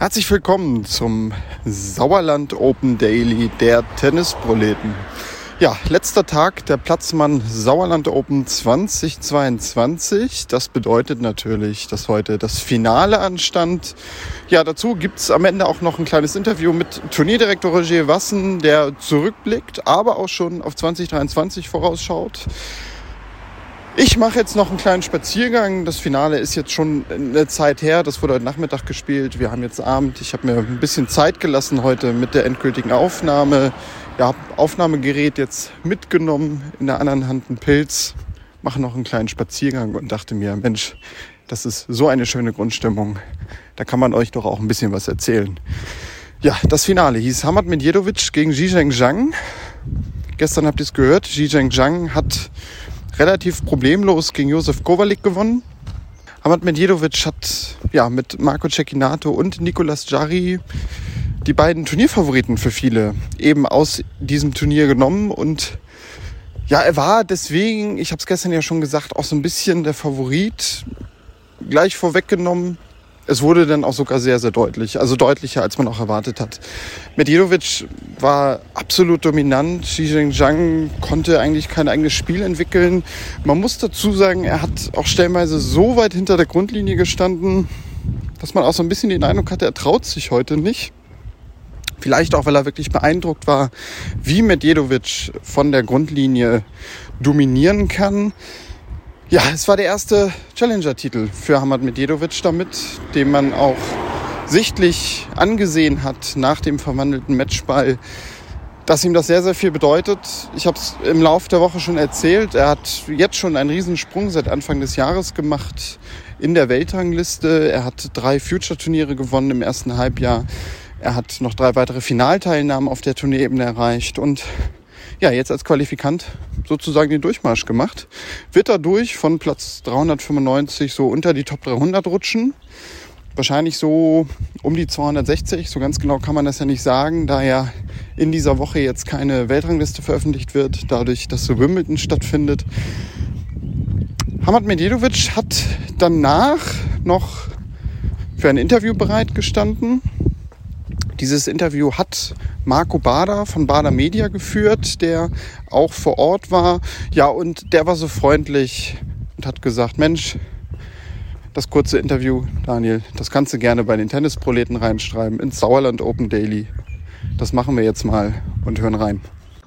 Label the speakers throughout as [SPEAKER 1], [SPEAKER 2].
[SPEAKER 1] Herzlich willkommen zum Sauerland Open Daily der Tennisproleten. Ja, letzter Tag der Platzmann Sauerland Open 2022. Das bedeutet natürlich, dass heute das Finale anstand. Ja, dazu gibt's am Ende auch noch ein kleines Interview mit Turnierdirektor Roger Wassen, der zurückblickt, aber auch schon auf 2023 vorausschaut. Ich mache jetzt noch einen kleinen Spaziergang. Das Finale ist jetzt schon eine Zeit her. Das wurde heute Nachmittag gespielt. Wir haben jetzt Abend. Ich habe mir ein bisschen Zeit gelassen heute mit der endgültigen Aufnahme. Ja, habe Aufnahmegerät jetzt mitgenommen. In der anderen Hand einen Pilz. Mache noch einen kleinen Spaziergang und dachte mir, Mensch, das ist so eine schöne Grundstimmung. Da kann man euch doch auch ein bisschen was erzählen. Ja, das Finale hieß Hamad Medjedovic gegen Zhizheng Zhang. Gestern habt ihr es gehört. Zhizheng Zhang hat relativ problemlos gegen Josef Kovalik gewonnen. Hamad Medjedovic hat mit Marco Cecchinato und Nicolas Jarry die beiden Turnierfavoriten für viele eben aus diesem Turnier genommen. Und ja, er war deswegen, ich habe es gestern ja schon gesagt, auch so ein bisschen der Favorit gleich vorweggenommen. Es wurde dann auch sogar sehr, sehr deutlich, also deutlicher, als man auch erwartet hat. Medjedovic war absolut dominant. Zhizheng Zhang konnte eigentlich kein eigenes Spiel entwickeln. Man muss dazu sagen, er hat auch stellenweise so weit hinter der Grundlinie gestanden, dass man auch so ein bisschen den Eindruck hatte, er traut sich heute nicht. Vielleicht auch, weil er wirklich beeindruckt war, wie Medjedovic von der Grundlinie dominieren kann. Ja, es war der erste Challenger-Titel für Hamad Medjedovic damit, den man auch sichtlich angesehen hat nach dem verwandelten Matchball, dass ihm das sehr, sehr viel bedeutet. Ich habe es im Laufe der Woche schon erzählt. Er hat jetzt schon einen Riesensprung seit Anfang des Jahres gemacht in der Weltrangliste. Er hat 3 Future-Turniere gewonnen im ersten Halbjahr. Er hat noch 3 weitere Finalteilnahmen auf der Turnierebene erreicht und ja, jetzt als Qualifikant sozusagen den Durchmarsch gemacht. Wird dadurch von Platz 395 so unter die Top 300 rutschen. Wahrscheinlich so um die 260, so ganz genau kann man das ja nicht sagen, da ja in dieser Woche jetzt keine Weltrangliste veröffentlicht wird, dadurch, dass so Wimbledon stattfindet. Hamad Medjedovic hat danach noch für ein Interview bereitgestanden. Dieses Interview hat Marco Bader von Bader Media geführt, der auch vor Ort war. Ja, und der war so freundlich und hat gesagt, Mensch, das kurze Interview, Daniel, das kannst du gerne bei den Tennisproleten reinschreiben, ins Sauerland Open Daily. Das machen wir jetzt mal und hören rein.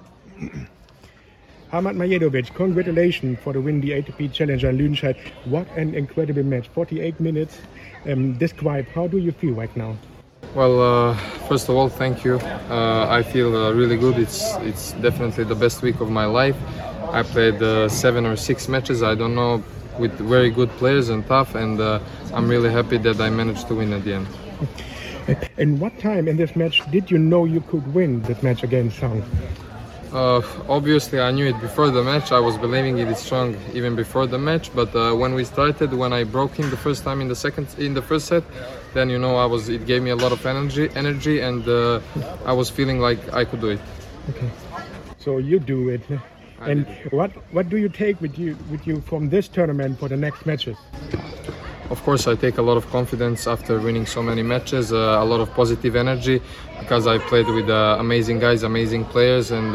[SPEAKER 2] Hamad Medjedovic, congratulations for the win, the ATP Challenger in Lüdenscheid. What an incredible match, 48 minutes. Describe, how do you feel right now?
[SPEAKER 3] Well, first of all, thank you. I feel really good. It's definitely the best week of my life. I played 7 or 6 matches, I don't know, with very good players and tough, and I'm really happy that I managed to win at the end.
[SPEAKER 2] And what time in this match did you know you could win this match against Zhang?
[SPEAKER 3] Obviously, I knew it before the match. I was believing it is strong even before the match. But when we started, when I broke him the first time in the first set, then it gave me a lot of energy, and I was feeling like I could do it.
[SPEAKER 2] Okay, so you do it. And what do you take with you from this tournament for the next matches?
[SPEAKER 3] Of course, I take a lot of confidence after winning so many matches, a lot of positive energy, because I played with amazing guys, amazing players, and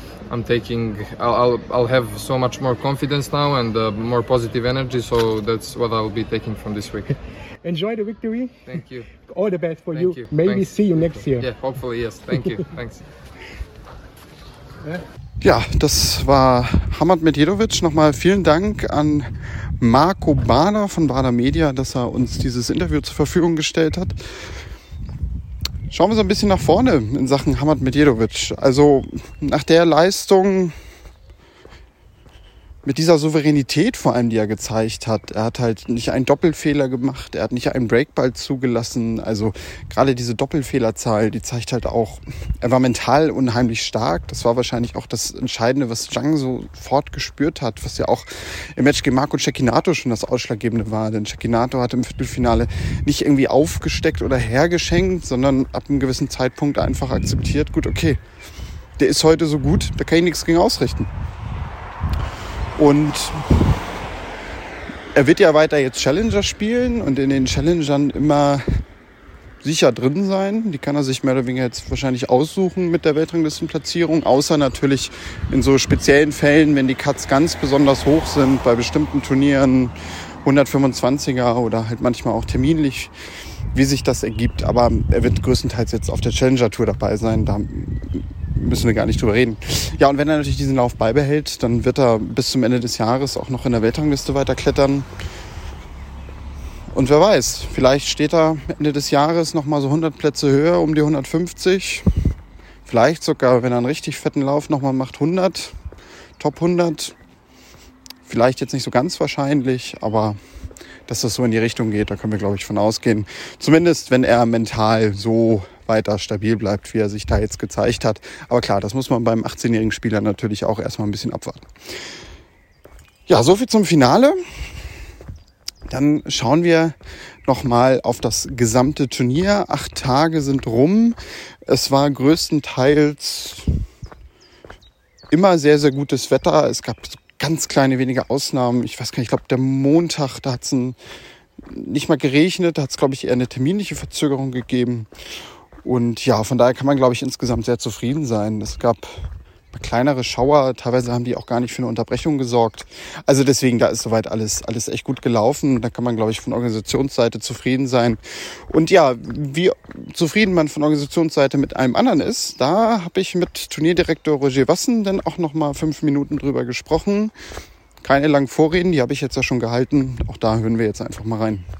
[SPEAKER 3] I'll have so much more confidence now and more positive energy. So that's what I'll be taking from this week.
[SPEAKER 2] Enjoy the victory.
[SPEAKER 3] Thank you.
[SPEAKER 2] All the best for
[SPEAKER 3] Thank
[SPEAKER 2] you.
[SPEAKER 3] you.
[SPEAKER 2] Maybe
[SPEAKER 3] Thanks.
[SPEAKER 2] See you next year.
[SPEAKER 3] Yeah, hopefully, yes. Thank you. Thanks.
[SPEAKER 1] Ja, das war Hamad Medjedovic. Nochmal vielen Dank an Marco Bader von Bader Media, dass er uns dieses Interview zur Verfügung gestellt hat. Schauen wir so ein bisschen nach vorne in Sachen Hamad Medjedovic. Also nach der Leistung, mit dieser Souveränität vor allem, die er gezeigt hat. Er hat halt nicht einen Doppelfehler gemacht, er hat nicht einen Breakball zugelassen. Also gerade diese Doppelfehlerzahl, die zeigt halt auch, er war mental unheimlich stark. Das war wahrscheinlich auch das Entscheidende, was Zhang sofort gespürt hat, was ja auch im Match gegen Marco Cecchinato schon das Ausschlaggebende war. Denn Cecchinato hat im Viertelfinale nicht irgendwie aufgesteckt oder hergeschenkt, sondern ab einem gewissen Zeitpunkt einfach akzeptiert, gut, okay, der ist heute so gut, da kann ich nichts gegen ausrichten. Und er wird ja weiter jetzt Challenger spielen und in den Challengern immer sicher drin sein. Die kann er sich mehr oder weniger jetzt wahrscheinlich aussuchen mit der Weltranglistenplatzierung. Außer natürlich in so speziellen Fällen, wenn die Cuts ganz besonders hoch sind, bei bestimmten Turnieren, 125er oder halt manchmal auch terminlich, wie sich das ergibt. Aber er wird größtenteils jetzt auf der Challenger Tour dabei sein. Da müssen wir gar nicht drüber reden. Ja, und wenn er natürlich diesen Lauf beibehält, dann wird er bis zum Ende des Jahres auch noch in der Weltrangliste weiter klettern. Und wer weiß, vielleicht steht er Ende des Jahres nochmal so 100 Plätze höher, um die 150. Vielleicht sogar, wenn er einen richtig fetten Lauf nochmal macht, 100, Top 100. Vielleicht jetzt nicht so ganz wahrscheinlich, aber dass das so in die Richtung geht, da können wir, glaube ich, von ausgehen. Zumindest, wenn er mental so weiter stabil bleibt, wie er sich da jetzt gezeigt hat. Aber klar, das muss man beim 18-jährigen Spieler natürlich auch erstmal ein bisschen abwarten. Ja, soviel zum Finale. Dann schauen wir nochmal auf das gesamte Turnier. 8 Tage sind rum. Es war größtenteils immer sehr, sehr gutes Wetter. Es gab ganz kleine wenige Ausnahmen. Ich weiß gar nicht, ich glaube, der Montag, da hat es nicht mal geregnet. Da hat es, glaube ich, eher eine terminliche Verzögerung gegeben. Und ja, von daher kann man, glaube ich, insgesamt sehr zufrieden sein. Es gab kleinere Schauer, teilweise haben die auch gar nicht für eine Unterbrechung gesorgt. Also deswegen, da ist soweit alles echt gut gelaufen. Da kann man, glaube ich, von Organisationsseite zufrieden sein. Und ja, wie zufrieden man von Organisationsseite mit einem anderen ist, da habe ich mit Turnierdirektor Roger Wassen dann auch noch mal 5 Minuten drüber gesprochen. Keine langen Vorreden, die habe ich jetzt ja schon gehalten. Auch da hören wir jetzt einfach mal rein.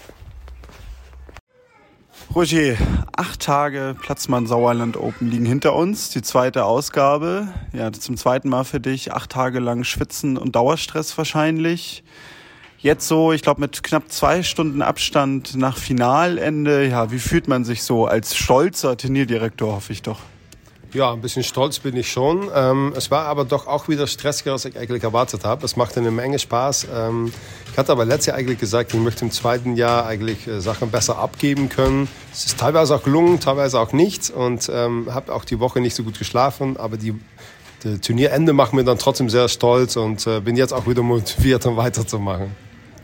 [SPEAKER 1] Roger, 8 Tage Platzmann Sauerland Open liegen hinter uns. Die zweite Ausgabe. Ja, zum zweiten Mal für dich. 8 Tage lang Schwitzen und Dauerstress wahrscheinlich. Jetzt so, ich glaube, mit knapp 2 Stunden Abstand nach Finalende. Ja, wie fühlt man sich so als stolzer Turnierdirektor, hoffe ich doch?
[SPEAKER 4] Ja, ein bisschen stolz bin ich schon. Es war aber doch auch wieder stressiger, als ich eigentlich erwartet habe. Es machte eine Menge Spaß. Ich hatte aber letztes Jahr eigentlich gesagt, ich möchte im zweiten Jahr eigentlich Sachen besser abgeben können. Es ist teilweise auch gelungen, teilweise auch nicht. Und habe auch die Woche nicht so gut geschlafen. Aber die Turnierende macht mir dann trotzdem sehr stolz und bin jetzt auch wieder motiviert, um weiterzumachen.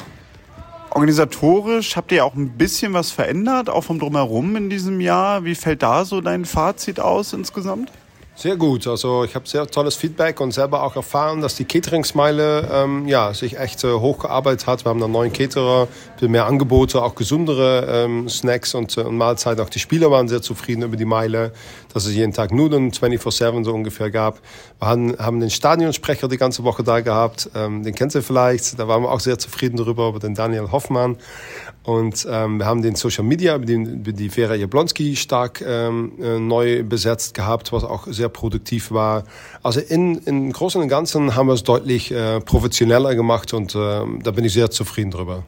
[SPEAKER 1] Organisatorisch habt ihr auch ein bisschen was verändert, auch vom Drumherum in diesem Jahr. Wie fällt da so dein Fazit aus insgesamt?
[SPEAKER 4] Sehr gut, also ich habe sehr tolles Feedback und selber auch erfahren, dass die Cateringsmeile sich echt hochgearbeitet hat. Wir haben einen neuen Caterer, viel mehr Angebote, auch gesundere Snacks und Mahlzeiten. Auch die Spieler waren sehr zufrieden über die Meile, dass es jeden Tag Nudeln 24/7 so ungefähr gab. Wir haben den Stadionsprecher die ganze Woche da gehabt, den kennt ihr vielleicht, da waren wir auch sehr zufrieden darüber, über den Daniel Hoffmann. Und wir haben den Social Media, über die Vera Jablonski stark neu besetzt gehabt, was auch sehr produktiv war. Also im Großen und Ganzen haben wir es deutlich professioneller gemacht und da bin ich sehr zufrieden drüber.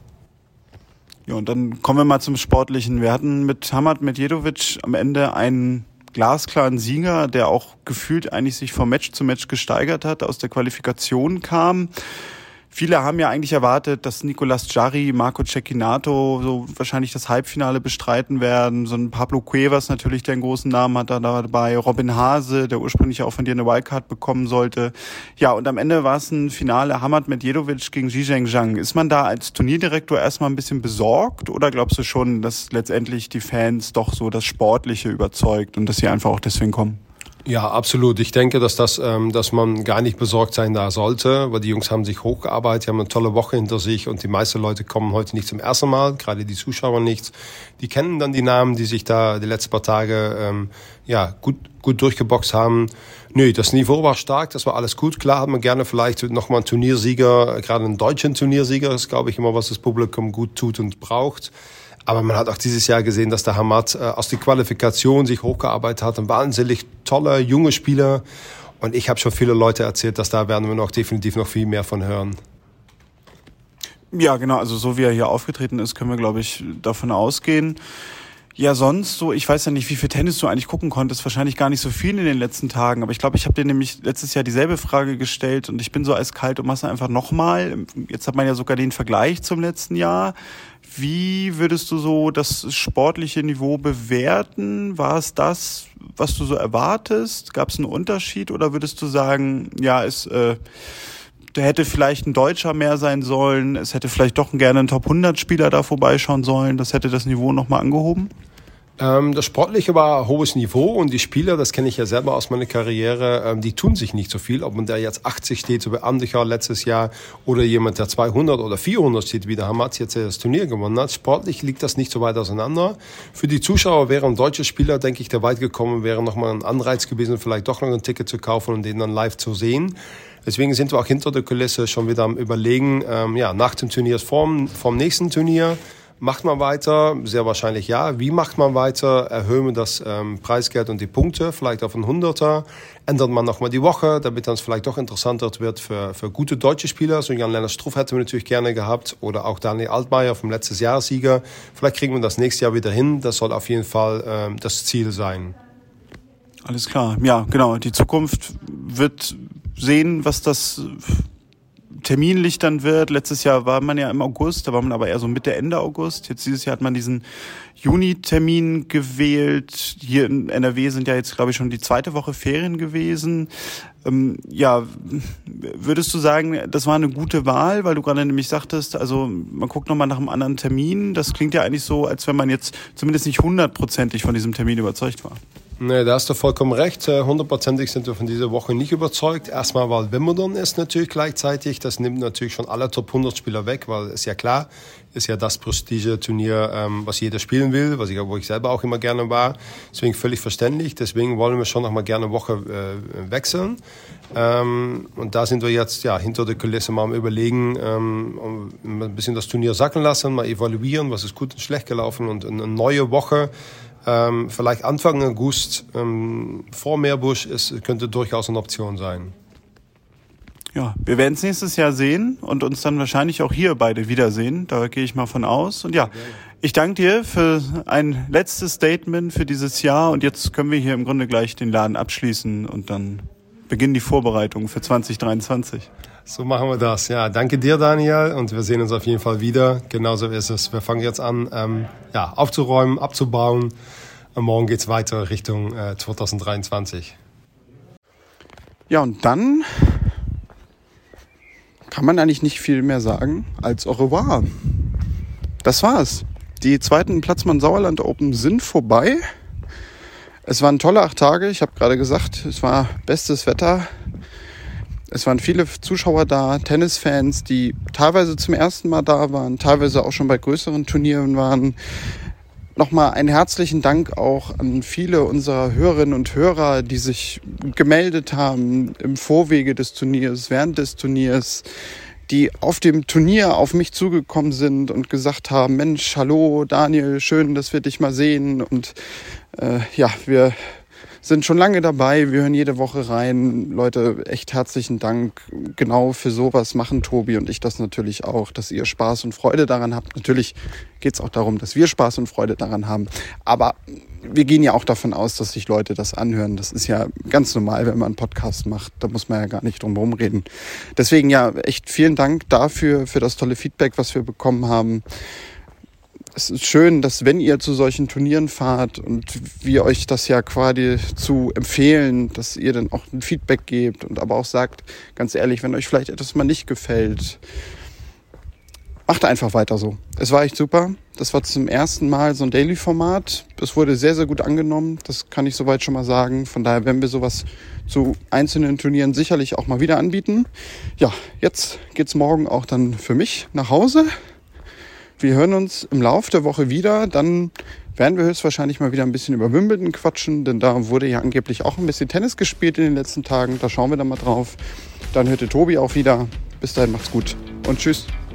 [SPEAKER 1] Ja, und dann kommen wir mal zum Sportlichen. Wir hatten mit Hamad Medjedovic am Ende einen glasklaren Sieger, der auch gefühlt eigentlich sich von Match zu Match gesteigert hat, aus der Qualifikation kam. Viele haben ja eigentlich erwartet, dass Nicolas Jarry, Marco Cecchinato so wahrscheinlich das Halbfinale bestreiten werden. So ein Pablo Cuevas natürlich, der einen großen Namen hat, da dabei. Robin Haase, der ursprünglich auch von dir eine Wildcard bekommen sollte. Ja, und am Ende war es ein Finale Hamad Medjedovic gegen Zhizheng Zhang. Ist man da als Turnierdirektor erstmal ein bisschen besorgt oder glaubst du schon, dass letztendlich die Fans doch so das Sportliche überzeugt und dass sie einfach auch deswegen kommen?
[SPEAKER 4] Ja, absolut. Ich denke, dass man gar nicht besorgt sein da sollte, weil die Jungs haben sich hochgearbeitet, die haben eine tolle Woche hinter sich und die meisten Leute kommen heute nicht zum ersten Mal, gerade die Zuschauer nicht. Die kennen dann die Namen, die sich da die letzten paar Tage gut durchgeboxt haben. Nö, das Niveau war stark, das war alles gut. Klar hat man gerne vielleicht nochmal einen Turniersieger, gerade einen deutschen Turniersieger, das ist, glaube ich, immer, was das Publikum gut tut und braucht. Aber man hat auch dieses Jahr gesehen, dass der Hamad aus der Qualifikation sich hochgearbeitet hat. Ein wahnsinnig toller, junger Spieler. Und ich habe schon viele Leute erzählt, dass da werden wir noch definitiv noch viel mehr von hören.
[SPEAKER 1] Ja, genau. Also so wie er hier aufgetreten ist, können wir, glaube ich, davon ausgehen. Ja, sonst so, ich weiß ja nicht, wie viel Tennis du eigentlich gucken konntest, wahrscheinlich gar nicht so viel in den letzten Tagen, aber ich glaube, ich habe dir nämlich letztes Jahr dieselbe Frage gestellt und ich bin so eiskalt und mach's einfach nochmal. Jetzt hat man ja sogar den Vergleich zum letzten Jahr. Wie würdest du so das sportliche Niveau bewerten? War es das, was du so erwartest? Gab es einen Unterschied oder würdest du sagen, ja, da hätte vielleicht ein Deutscher mehr sein sollen, es hätte vielleicht doch gerne ein Top-100-Spieler da vorbeischauen sollen, das hätte das Niveau nochmal angehoben?
[SPEAKER 4] Das Sportliche war hohes Niveau und die Spieler, das kenne ich ja selber aus meiner Karriere, die tun sich nicht so viel. Ob man da jetzt 80 steht, so wie Andicher letztes Jahr, oder jemand, der 200 oder 400 steht, wie der Hamatz jetzt das Turnier gewonnen hat. Sportlich liegt das nicht so weit auseinander. Für die Zuschauer wären deutsche Spieler, denke ich, der weit gekommen wäre, nochmal ein Anreiz gewesen, vielleicht doch noch ein Ticket zu kaufen und den dann live zu sehen. Deswegen sind wir auch hinter der Kulisse schon wieder am Überlegen, nach dem Turnier vom nächsten Turnier. Macht man weiter? Sehr wahrscheinlich ja. Wie macht man weiter? Erhöhen wir das Preisgeld und die Punkte, vielleicht auf einen 100er? Ändert man nochmal die Woche, damit dann es vielleicht doch interessanter wird für gute deutsche Spieler? So Jan-Lennart Struff hätten wir natürlich gerne gehabt oder auch Daniel Altmaier vom letztes Jahr Sieger. Vielleicht kriegen wir das nächstes Jahr wieder hin. Das soll auf jeden Fall das Ziel sein.
[SPEAKER 1] Alles klar. Ja, genau. Die Zukunft wird sehen, was das terminlich dann wird. Letztes Jahr war man ja im August, da war man aber eher so Mitte, Ende August. Jetzt dieses Jahr hat man diesen Juni-Termin gewählt. Hier in NRW sind ja jetzt, glaube ich, schon die zweite Woche Ferien gewesen. Würdest du sagen, das war eine gute Wahl, weil du gerade nämlich sagtest, also man guckt nochmal nach einem anderen Termin. Das klingt ja eigentlich so, als wenn man jetzt zumindest nicht 100%ig von diesem Termin überzeugt war.
[SPEAKER 4] Nee, da hast du vollkommen recht. 100%ig sind wir von dieser Woche nicht überzeugt. Erstmal, weil Wimbledon ist natürlich gleichzeitig. Das nimmt natürlich schon alle Top 100 Spieler weg, weil ist ja klar, ist ja das Prestige-Turnier, was jeder spielen will, wo ich selber auch immer gerne war. Deswegen völlig verständlich. Deswegen wollen wir schon noch mal gerne eine Woche wechseln. Und da sind wir jetzt hinter der Kulisse mal am Überlegen, ein bisschen das Turnier sacken lassen, mal evaluieren, was ist gut und schlecht gelaufen und eine neue Woche. Vielleicht Anfang August vor Meerbusch könnte durchaus eine Option sein.
[SPEAKER 1] Ja, wir werden es nächstes Jahr sehen und uns dann wahrscheinlich auch hier beide wiedersehen. Da gehe ich mal von aus. Und ja, ich danke dir für ein letztes Statement für dieses Jahr. Und jetzt können wir hier im Grunde gleich den Laden abschließen und dann beginnen die Vorbereitungen für 2023.
[SPEAKER 4] So machen wir das. Ja, danke dir, Daniel. Und wir sehen uns auf jeden Fall wieder. Genauso ist es. Wir fangen jetzt an, aufzuräumen, abzubauen. Und morgen geht's weiter Richtung 2023.
[SPEAKER 1] Ja, und dann kann man eigentlich nicht viel mehr sagen als au revoir. Das war's. Die zweiten Platzmann Sauerland Open sind vorbei. Es waren tolle 8 Tage. Ich habe gerade gesagt, es war bestes Wetter. Es waren viele Zuschauer da, Tennisfans, die teilweise zum ersten Mal da waren, teilweise auch schon bei größeren Turnieren waren. Nochmal einen herzlichen Dank auch an viele unserer Hörerinnen und Hörer, die sich gemeldet haben im Vorwege des Turniers, während des Turniers, die auf dem Turnier auf mich zugekommen sind und gesagt haben, Mensch, hallo Daniel, schön, dass wir dich mal sehen. Und wir sind schon lange dabei, wir hören jede Woche rein. Leute, echt herzlichen Dank. Genau für sowas machen Tobi und ich das natürlich auch, dass ihr Spaß und Freude daran habt. Natürlich geht es auch darum, dass wir Spaß und Freude daran haben. Aber wir gehen ja auch davon aus, dass sich Leute das anhören. Das ist ja ganz normal, wenn man einen Podcast macht. Da muss man ja gar nicht drum herum reden. Deswegen echt vielen Dank dafür, für das tolle Feedback, was wir bekommen haben. Es ist schön, dass wenn ihr zu solchen Turnieren fahrt und wir euch das ja quasi zu empfehlen, dass ihr dann auch ein Feedback gebt und aber auch sagt, ganz ehrlich, wenn euch vielleicht etwas mal nicht gefällt, macht einfach weiter so. Es war echt super. Das war zum ersten Mal so ein Daily-Format. Es wurde sehr, sehr gut angenommen. Das kann ich soweit schon mal sagen. Von daher werden wir sowas zu einzelnen Turnieren sicherlich auch mal wieder anbieten. Ja, jetzt geht's morgen auch dann für mich nach Hause. Wir hören uns im Laufe der Woche wieder. Dann werden wir höchstwahrscheinlich mal wieder ein bisschen über Wimbledon quatschen, denn da wurde ja angeblich auch ein bisschen Tennis gespielt in den letzten Tagen. Da schauen wir dann mal drauf. Dann hört ihr Tobi auch wieder. Bis dahin, macht's gut und tschüss.